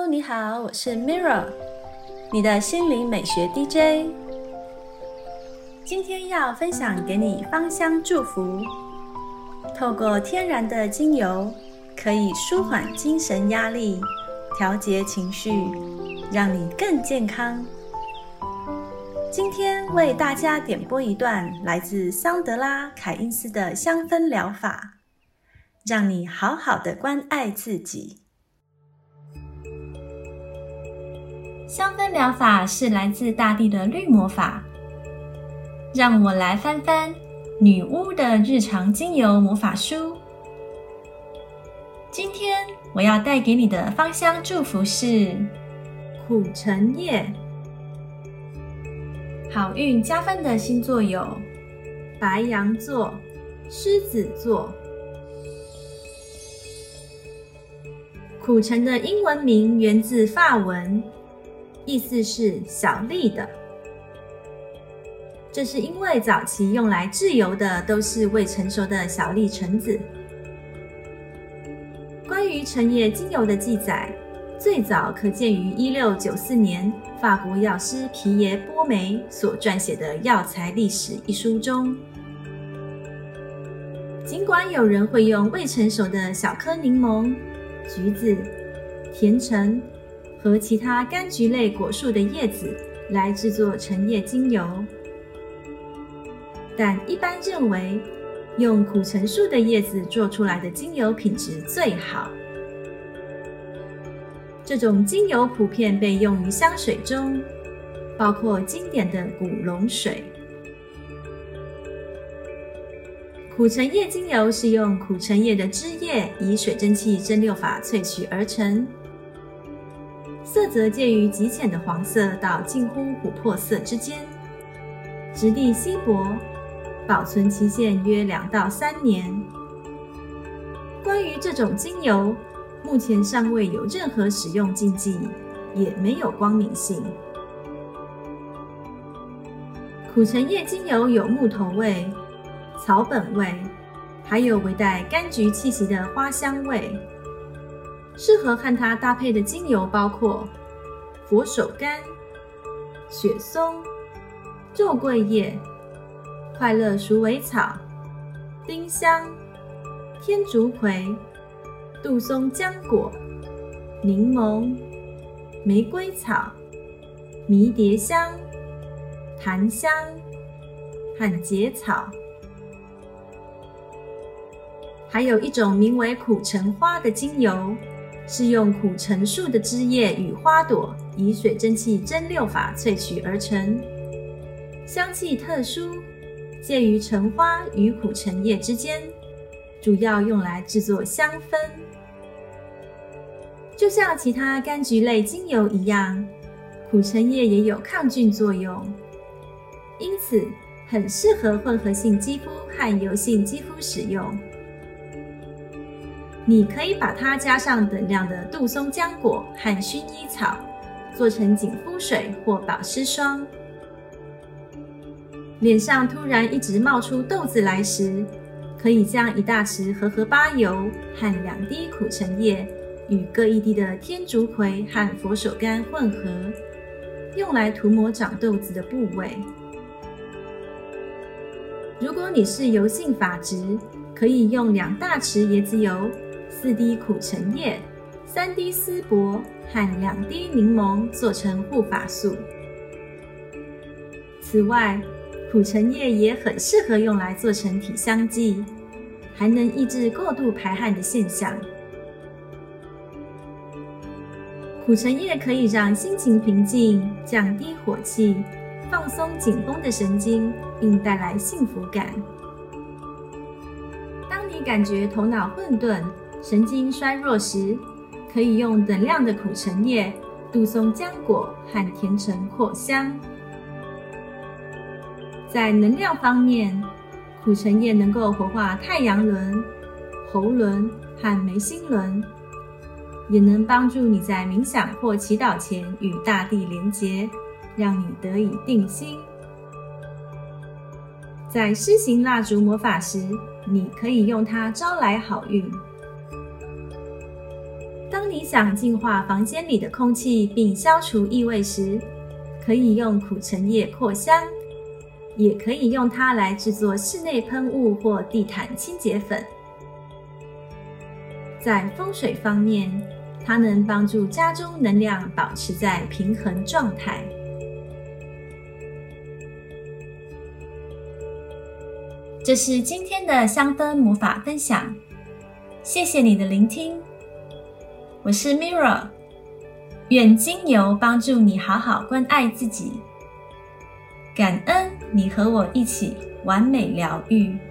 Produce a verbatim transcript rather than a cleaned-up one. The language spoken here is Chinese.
Hello， 你好，我是 Mirror， 你的心灵美学 D J。今天要分享给你芳香祝福，透过天然的精油，可以舒缓精神压力，调节情绪，让你更健康。今天为大家点播一段来自桑德拉·凯因斯的香氛疗法，让你好好的关爱自己。香氛疗法是来自大地的绿魔法，让我来翻翻女巫的日常精油魔法书。今天我要带给你的芳香祝福是苦橙叶。好运加分的星座有白羊座、狮子座。苦橙的英文名源自法文，意思是小粒的。这是因为早期用来制油的都是未成熟的小粒橙子。关于橙叶精油的记载，最早可见于一六九四年法国药师皮耶波梅所撰写的《药材历史》一书中。尽管有人会用未成熟的小颗柠檬、橘子、甜橙和其他柑橘类果树的叶子来制作橙叶精油，但一般认为用苦橙树的叶子做出来的精油品质最好。这种精油普遍被用于香水中，包括经典的古龙水。苦橙叶精油是用苦橙叶的汁液以水蒸气蒸馏法萃取而成，色泽介于极浅的黄色到近乎琥珀色之间，质地稀薄，保存期限约两到三年。关于这种精油，目前尚未有任何使用禁忌，也没有光敏性。苦橙叶精油有木头味、草本味，还有微带柑橘气息的花香味。适合和它搭配的精油包括佛手柑、雪松、肉桂叶、快乐鼠尾草、丁香、天竺葵、杜松浆果、柠檬、玫瑰草、迷迭香、檀香和结草。还有一种名为苦橙花的精油，是用苦橙树的枝叶与花朵以水蒸气蒸馏法萃取而成，香气特殊，介于橙花与苦橙叶之间，主要用来制作香氛。就像其他柑橘类精油一样，苦橙叶也有抗菌作用，因此很适合混合性肌肤和油性肌肤使用。你可以把它加上等量的杜松浆果和薰衣草，做成紧肤水或保湿霜。脸上突然一直冒出痘子来时，可以将一大匙荷荷巴油和两滴苦橙叶与各一滴的天竺葵和佛手柑混合，用来涂抹长痘子的部位。如果你是油性发质，可以用两大匙椰子油、四滴苦橙叶、三滴丝柏和两滴柠檬做成护发素。此外，苦橙叶也很适合用来做成体香剂，还能抑制过度排汗的现象。苦橙叶可以让心情平静，降低火气，放松紧绷的神经，并带来幸福感。当你感觉头脑混沌、神经衰弱时，可以用等量的苦橙叶、杜松浆果和甜橙扩香。在能量方面，苦橙叶能够活化太阳轮、喉轮和眉心轮，也能帮助你在冥想或祈祷前与大地连结，让你得以定心。在施行蜡烛魔法时，你可以用它招来好运。当当你想净化房间里的空气并消除异味时，可以用苦橙叶扩香，也可以用它来制作室内喷雾或地毯清洁粉。在风水方面，它能帮助家中能量保持在平衡状态。这是今天的香氛魔法分享，谢谢你的聆听。我是 Mira， 愿精油帮助你好好关爱自己。感恩你和我一起完美疗愈。